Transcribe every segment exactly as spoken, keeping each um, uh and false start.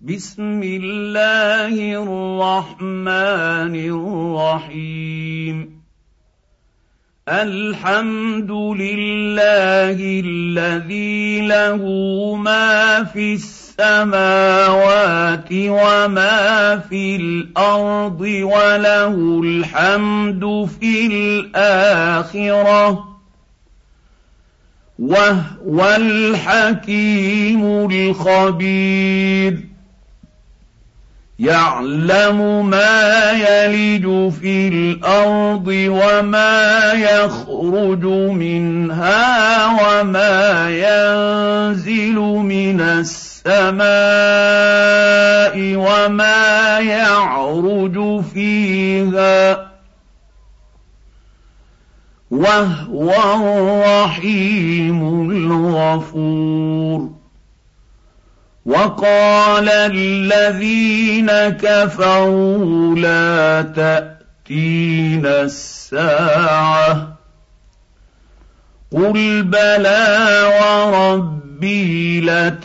بسم الله الرحمن الرحيم الحمد لله الذي له ما في السماوات وما في الأرض وله الحمد في الآخرة وهو الحكيم الخبير يعلم ما يلج في الأرض وما يخرج منها وما ينزل من السماء وما يعرج فيها وهو الرحيم الغفور وقال الذين كفروا لا تأتينا الساعة قل بلى وربي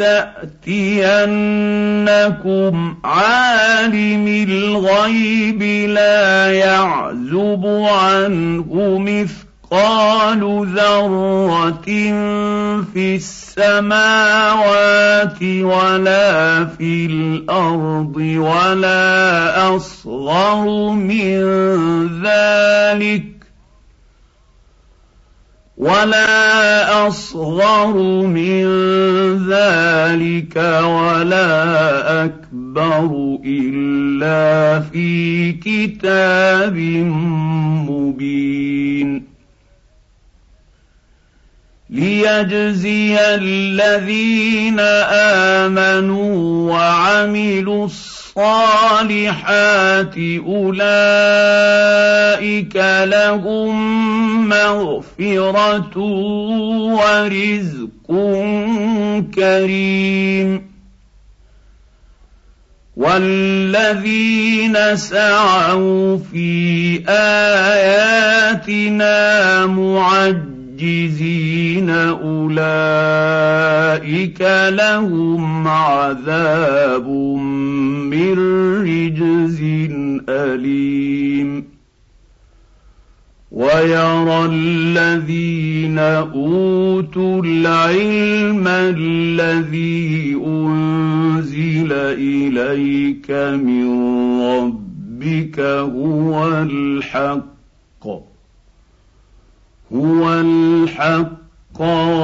لتأتينكم عالم الغيب لا يعزب عنه مثقال قالوا ذرة في السماوات ولا في الأرض ولا أصغر من ذلك ولا أصغر من ذلك ولا أكبر إلا في كتاب مبين ليجزي الذين آمنوا وعملوا الصالحات أولئك لهم مغفرة ورزق كريم والذين سعوا في آياتنا معجزين جزين أولئك لهم عذاب من رجز أليم ويرى الذين أوتوا العلم الذي أنزل إليك من ربك هو الحق هو الحق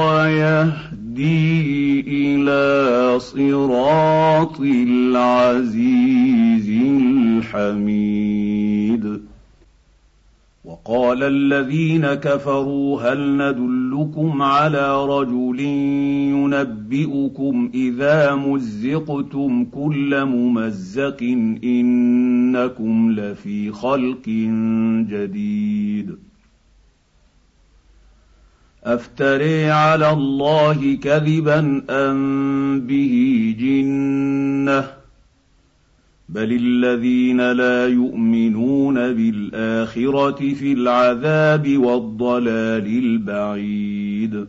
ويهدي إلى صراط العزيز الحميد وقال الذين كفروا هل ندلكم على رجل ينبئكم إذا مزقتم كل ممزق إنكم لفي خلق جديد أفتري على الله كذبا أم به جنة بل الذين لا يؤمنون بالآخرة في العذاب والضلال البعيد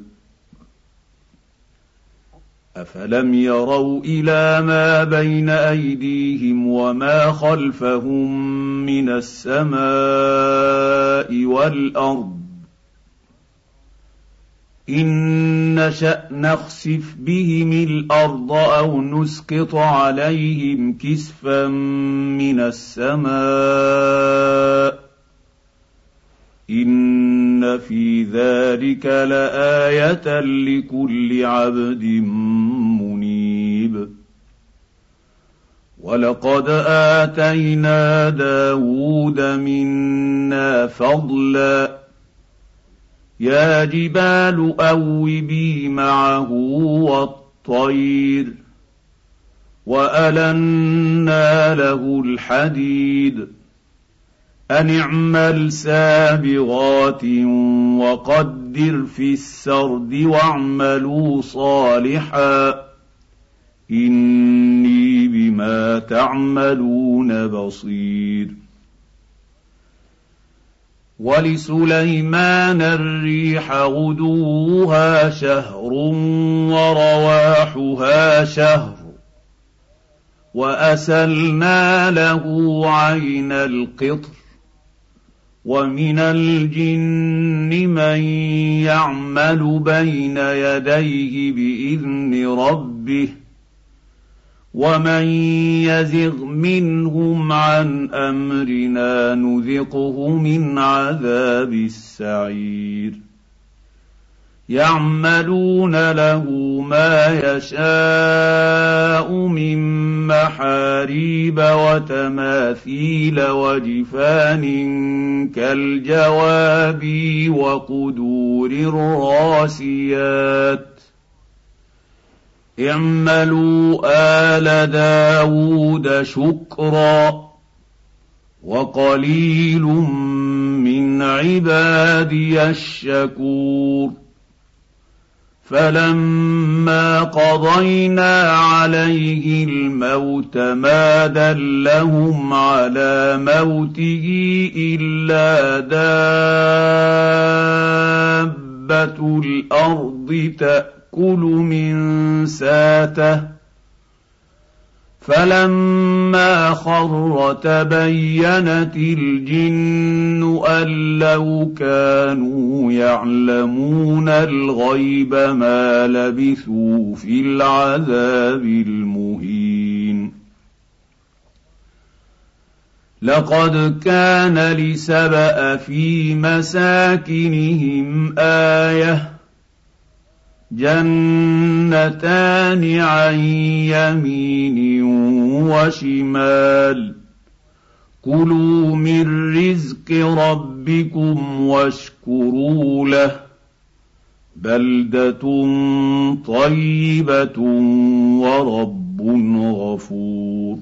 أفلم يروا إلى ما بين أيديهم وما خلفهم من السماء والأرض إن نشأ نخسف بهم الأرض أو نسقط عليهم كسفا من السماء إن في ذلك لآية لكل عبد منيب ولقد آتينا داود منا فضلا يا جبال أوبي معه والطير وألنا له الحديد أن اعمل سابغات وقدر في السرد واعملوا صالحا إني بما تعملون بصير ولسليمان الريح غدوها شهر ورواحها شهر وأسلنا له عين القطر ومن الجن من يعمل بين يديه بإذن ربه ومن يزغ منهم عن أمرنا نذقه من عذاب السعير يعملون له ما يشاء من محاريب وتماثيل وجفان كالجواب وقدور الراسيات اعملوا آل داود شكرا وقليل من عبادي الشكور فلما قضينا عليه الموت ما دلهم على موته إلا دابة الأرض تأكل من ساته فلما خر تبينت الجن أن لو كانوا يعلمون الغيب ما لبثوا في العذاب المهين لقد كان لسبأ في مساكنهم آية جنتان عن يمين وشمال كلوا من رزق ربكم واشكروا له بلدة طيبة ورب غفور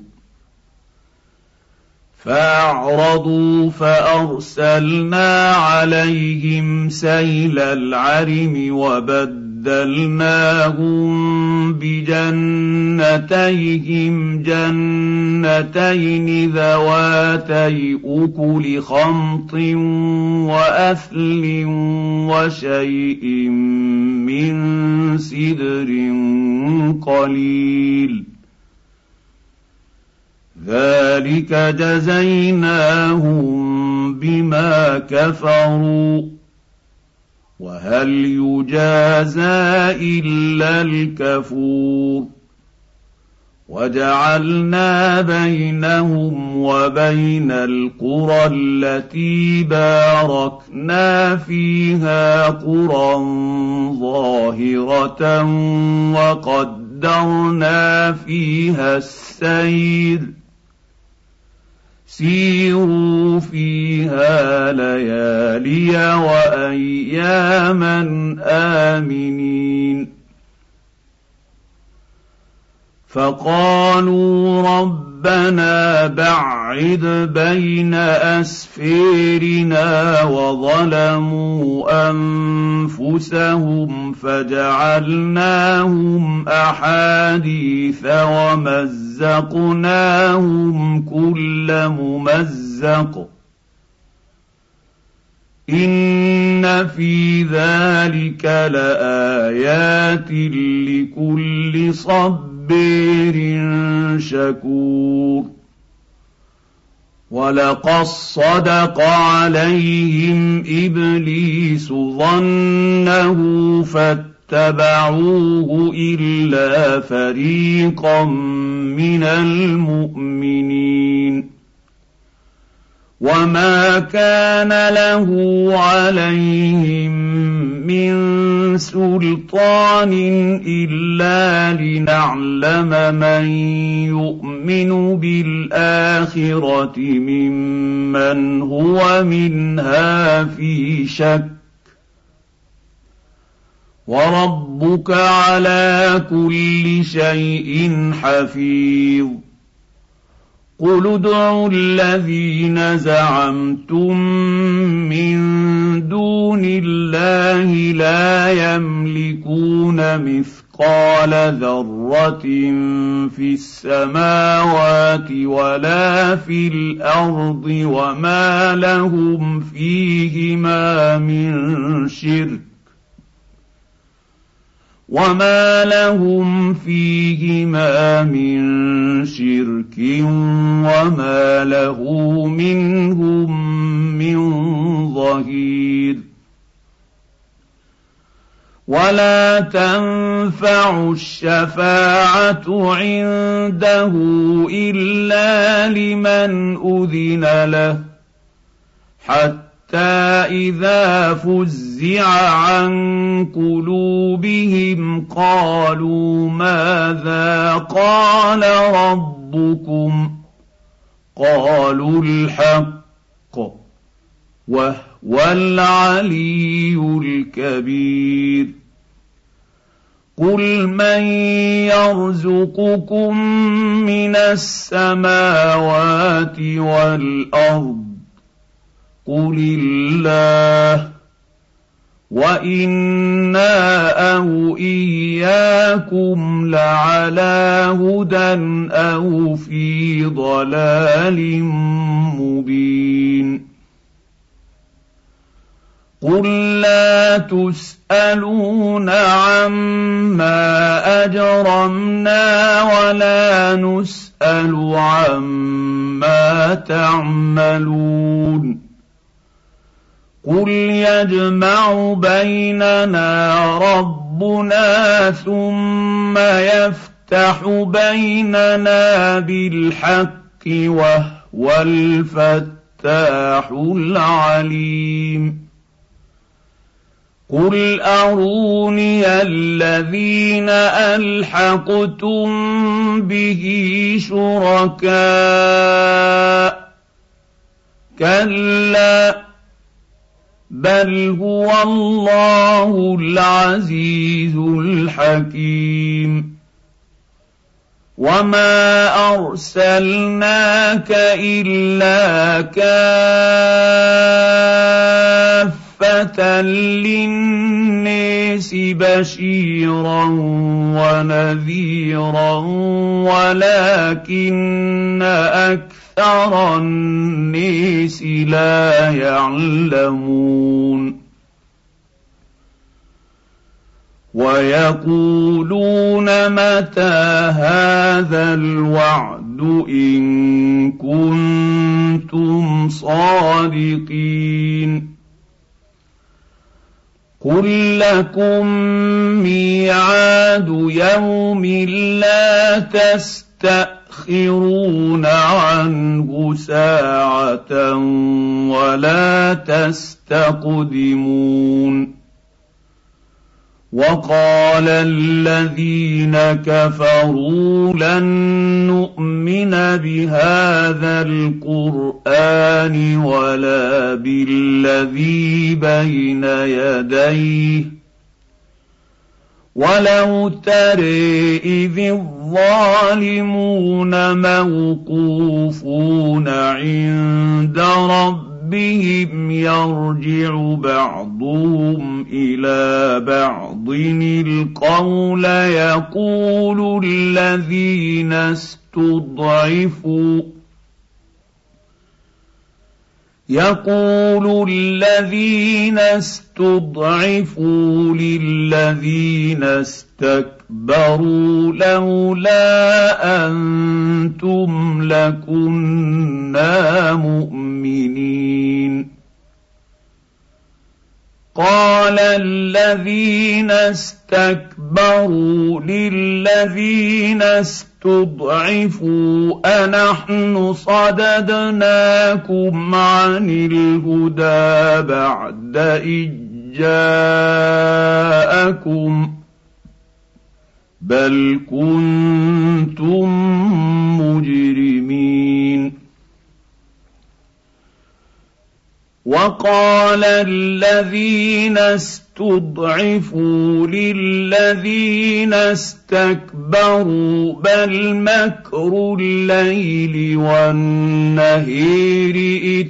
فأعرضوا فأرسلنا عليهم سيل العرم وبدلناهم بجنتيهم جنتين ذواتي أكل خمط وأثل وشيء من سدر قليل ذلك جزيناهم بما كفروا وهل يجازى إلا الكفور وجعلنا بينهم وبين القرى التي باركنا فيها قرى ظاهرة وقدرنا فيها السير سيروا فيها ليالي وأياما آمنين فقالوا ربنا بعد بين أسفيرنا وظلموا أنفسهم فجعلناهم أحاديث ومزقناهم كل ممزق إن في ذلك لآيات لكل صبر شكور ولقد صدق عليهم إبليس ظنه فاتبعوه إلا فريقا من المؤمنين وما كان له عليهم من سلطان إلا لنعلم من يؤمن بالآخرة ممن هو منها في شك وربك على كل شيء حفيظ قل ادعوا الذين زعمتم من دون الله لا يملكون مثقال ذرة في السماوات ولا في الأرض وما لهم فيهما من شرك وما لهم فيهما من شرك وما له منهم من ظهير ولا تنفع الشفاعة عنده إلا لمن أذن له حتى إذا فزع عن قلوبهم قالوا ماذا قال ربكم قالوا الحق وهو العلي الكبير قل من يرزقكم من السماوات والأرض قل الله وإنا أو إياكم لعلى هدى أو في ضلال مبين قل لا تسألون عما أجرمنا ولا نسأل عما تعملون قل يجمع بيننا ربنا ثم يفتح بيننا بالحق وهو الفتاح العليم قل أروني الذين ألحقتم به شركاء كلا بل هو الله العزيز الحكيم وما أرسلناك إلا كافة للناس بشيرا ونذيرا ولكن أكثر الناس لا يعلمون ويقولون متى هذا الوعد إن كنتم صادقين قل لكم ميعاد يوم لا تستأخرون عنه ساعة ولا تستقدمون وقال الذين كفروا لن نؤمن بهذا القرآن ولا بالذي بين يديه ولو ترى إذ الظالمون موقوفون عند ربهم بهم يرجع بعضهم إلى بعض القول يقول الذين استضعفوا يقول الذين استضعفوا للذين استكبروا لولا أنتم لكنا مؤمنين قال الذين استكبروا للذين استضعفوا أنحن صددناكم عن الهدى بعد إذ جاءكم بل كنتم مجرمين وقال الذين استضعفوا للذين استكبروا بل مكر الليل والنهار إذ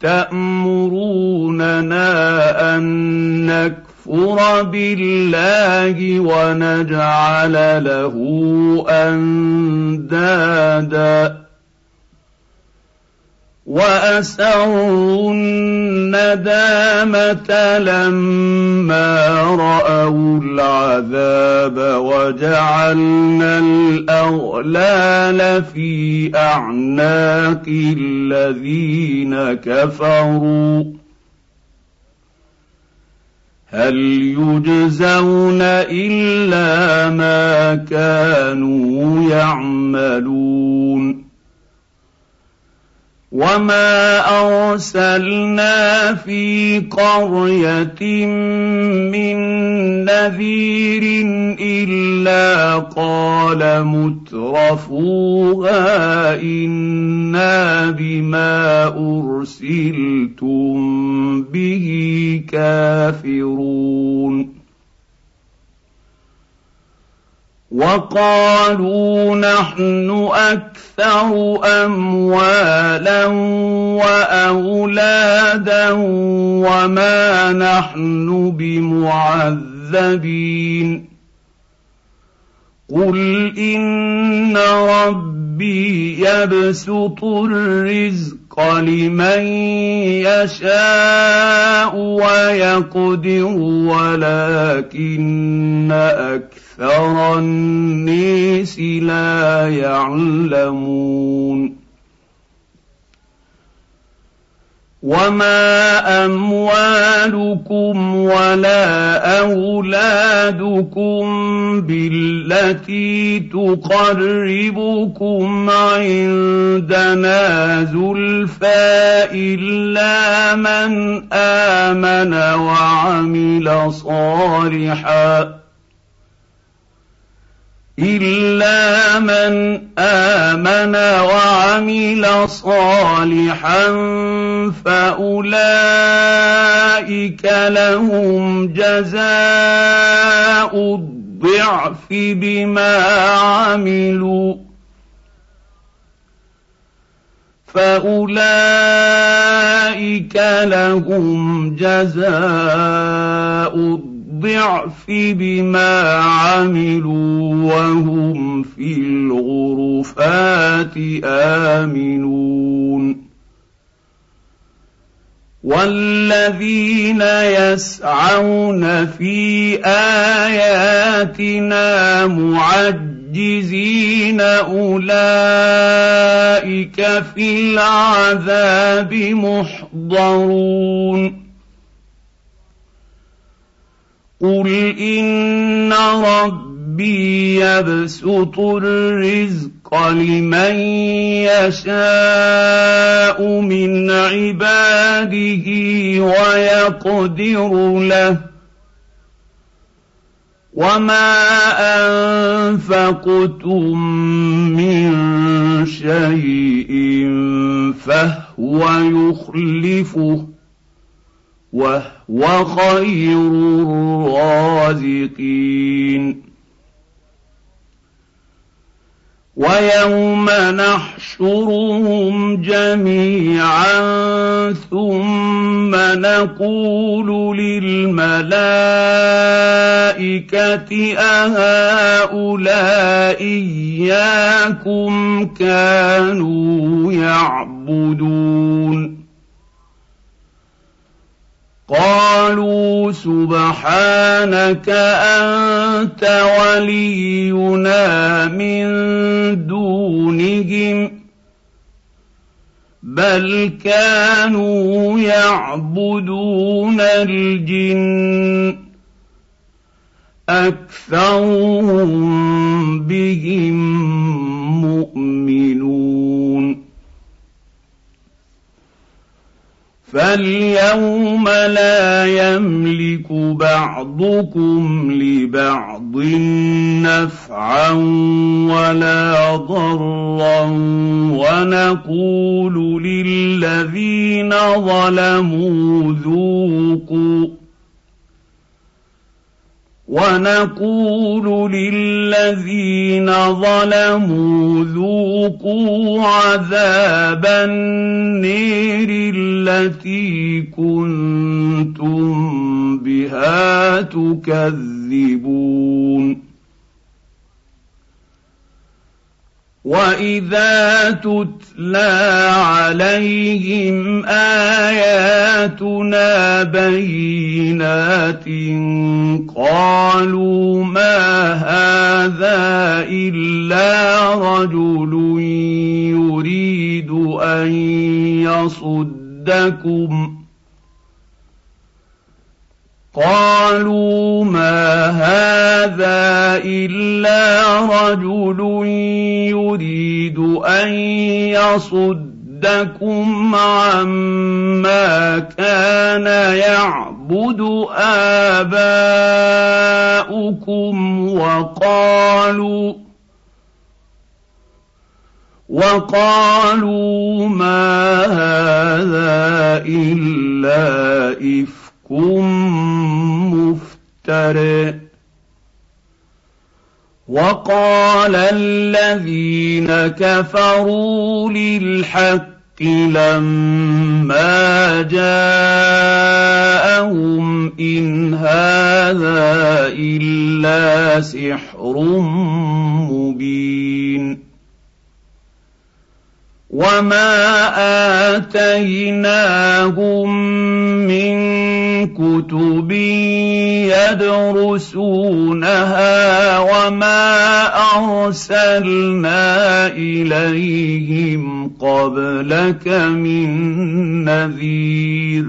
تأمروننا أن نكفر بالله ونجعل له أندادا وأسروا الندامة لما رأوا العذاب وجعلنا الأغلال في أعناق الذين كفروا هل يجزون إلا ما كانوا يعملون وما أرسلنا في قرية من نذير إلا قال مترفوها إنا بما أرسلتم به كافرون وقالوا نحن أكثر أموالا وأولادا وما نحن بمعذبين قل إن ربي يبسط الرزق لمن يشاء ويقدر ولكن أكثر أكثر الناس لا يعلمون وما أموالكم ولا أولادكم بالتي تقربكم عندنا زلفى إلا من آمن وعمل صالحاً إلا من آمن وعمل صالحا فأولئك لهم جزاء الضعف بما عملوا فأولئك لهم جزاء الضعف الضعف بما عملوا وهم في الغرفات آمنون والذين يسعون في آياتنا معجزين أولئك في العذاب محضرون قل إن ربي يبسط الرزق لمن يشاء من عباده ويقدر له وما أنفقتم من شيء فهو يخلفه وهو خير الرازقين ويوم نحشرهم جميعا ثم نقول للملائكة أهؤلاء إياكم كانوا يعبدون قالوا سبحانك أنت ولينا من دونهم بل كانوا يعبدون الجن أكثرهم بهم مؤمنون فاليوم لا يملك بعضكم لبعض نفعا ولا ضرا ونقول للذين ظلموا ذوقوا ونقول للذين ظلموا ذوقوا عذاب النير التي كنتم بها تكذبون وَإِذَا تُتْلَىٰ عَلَيْهِمْ آيَاتُنَا بَيِّنَاتٍ قَالُوا مَا هَٰذَا إِلَّا رَجُلٌ يُرِيدُ أَن يَصُدَّكُمْ قالوا ما هذا إلا رجل يريد أن يصدكم عما كان يعبد آباؤكم وقالوا وقالوا ما هذا إلا إفك مفترٍ وقال الذين كفروا للحق لما جاءهم إن هذا إلا سحر مبين وما آتيناهم من كتب يدرسونها وما أرسلنا إليهم قبلك من نذير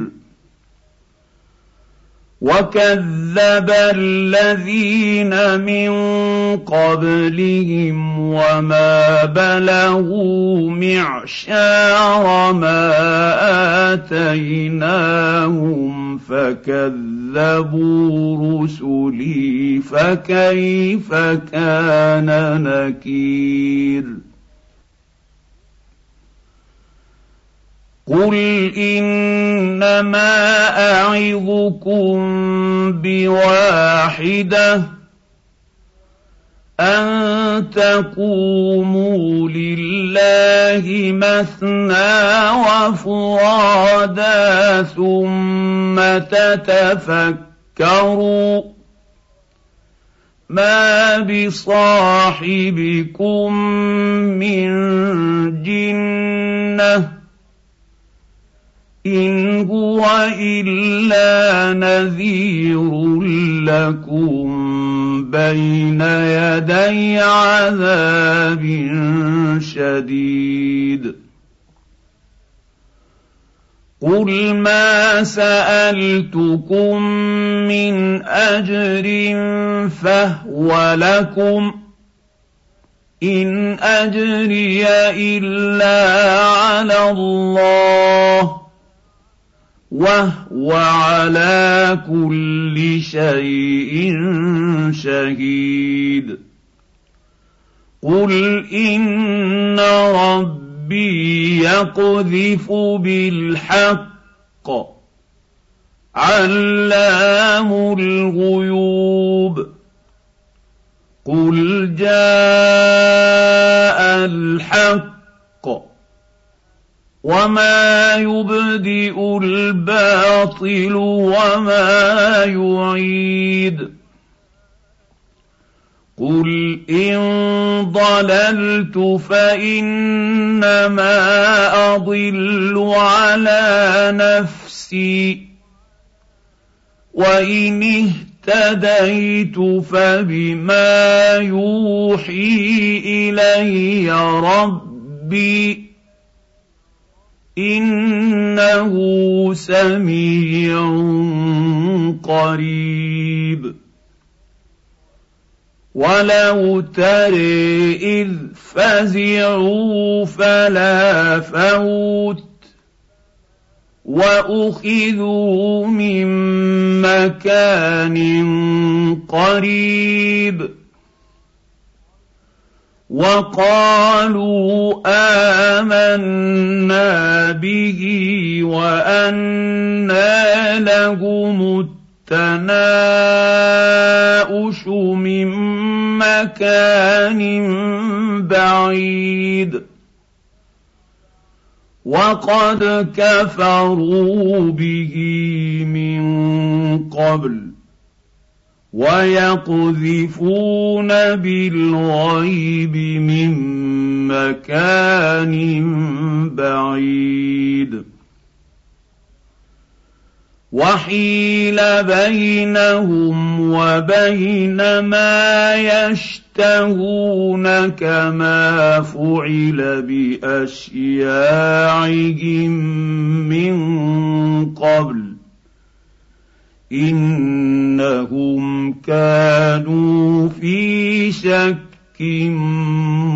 وكذب الذين من قبلهم وما بلغوا معشار ما آتيناهم فكذبوا رسلي فكيف كان نكير قل إنما أعظكم بواحدة أن تقوموا لله مثنى وفرادا ثم تتفكروا ما بصاحبكم من جنة إن هو إلا نذير لكم بين يدي عذاب شديد قل ما سألتكم من أجر فهو لكم إن أجري إلا على الله وهو على كل شيء شهيد قل إن ربي يقذف بالحق علام الغيوب قل جاء الحق وما يبدئ الباطل وما يعيد قل إن ضللت فإنما أضل على نفسي وإن اهتديت فبما يوحي إلي ربي إنه سميع قريب ولو ترى إذ فزعوا فلا فوت وأخذوا من مكان قريب وقالوا آمنا به وأنى لهم التناؤش من مكان بعيد وقد كفروا به من قبل ويقذفون بالغيب من مكان بعيد وحيل بينهم وبين ما يشتهون كما فعل بأشياعهم من قبل إنهم كانوا في شك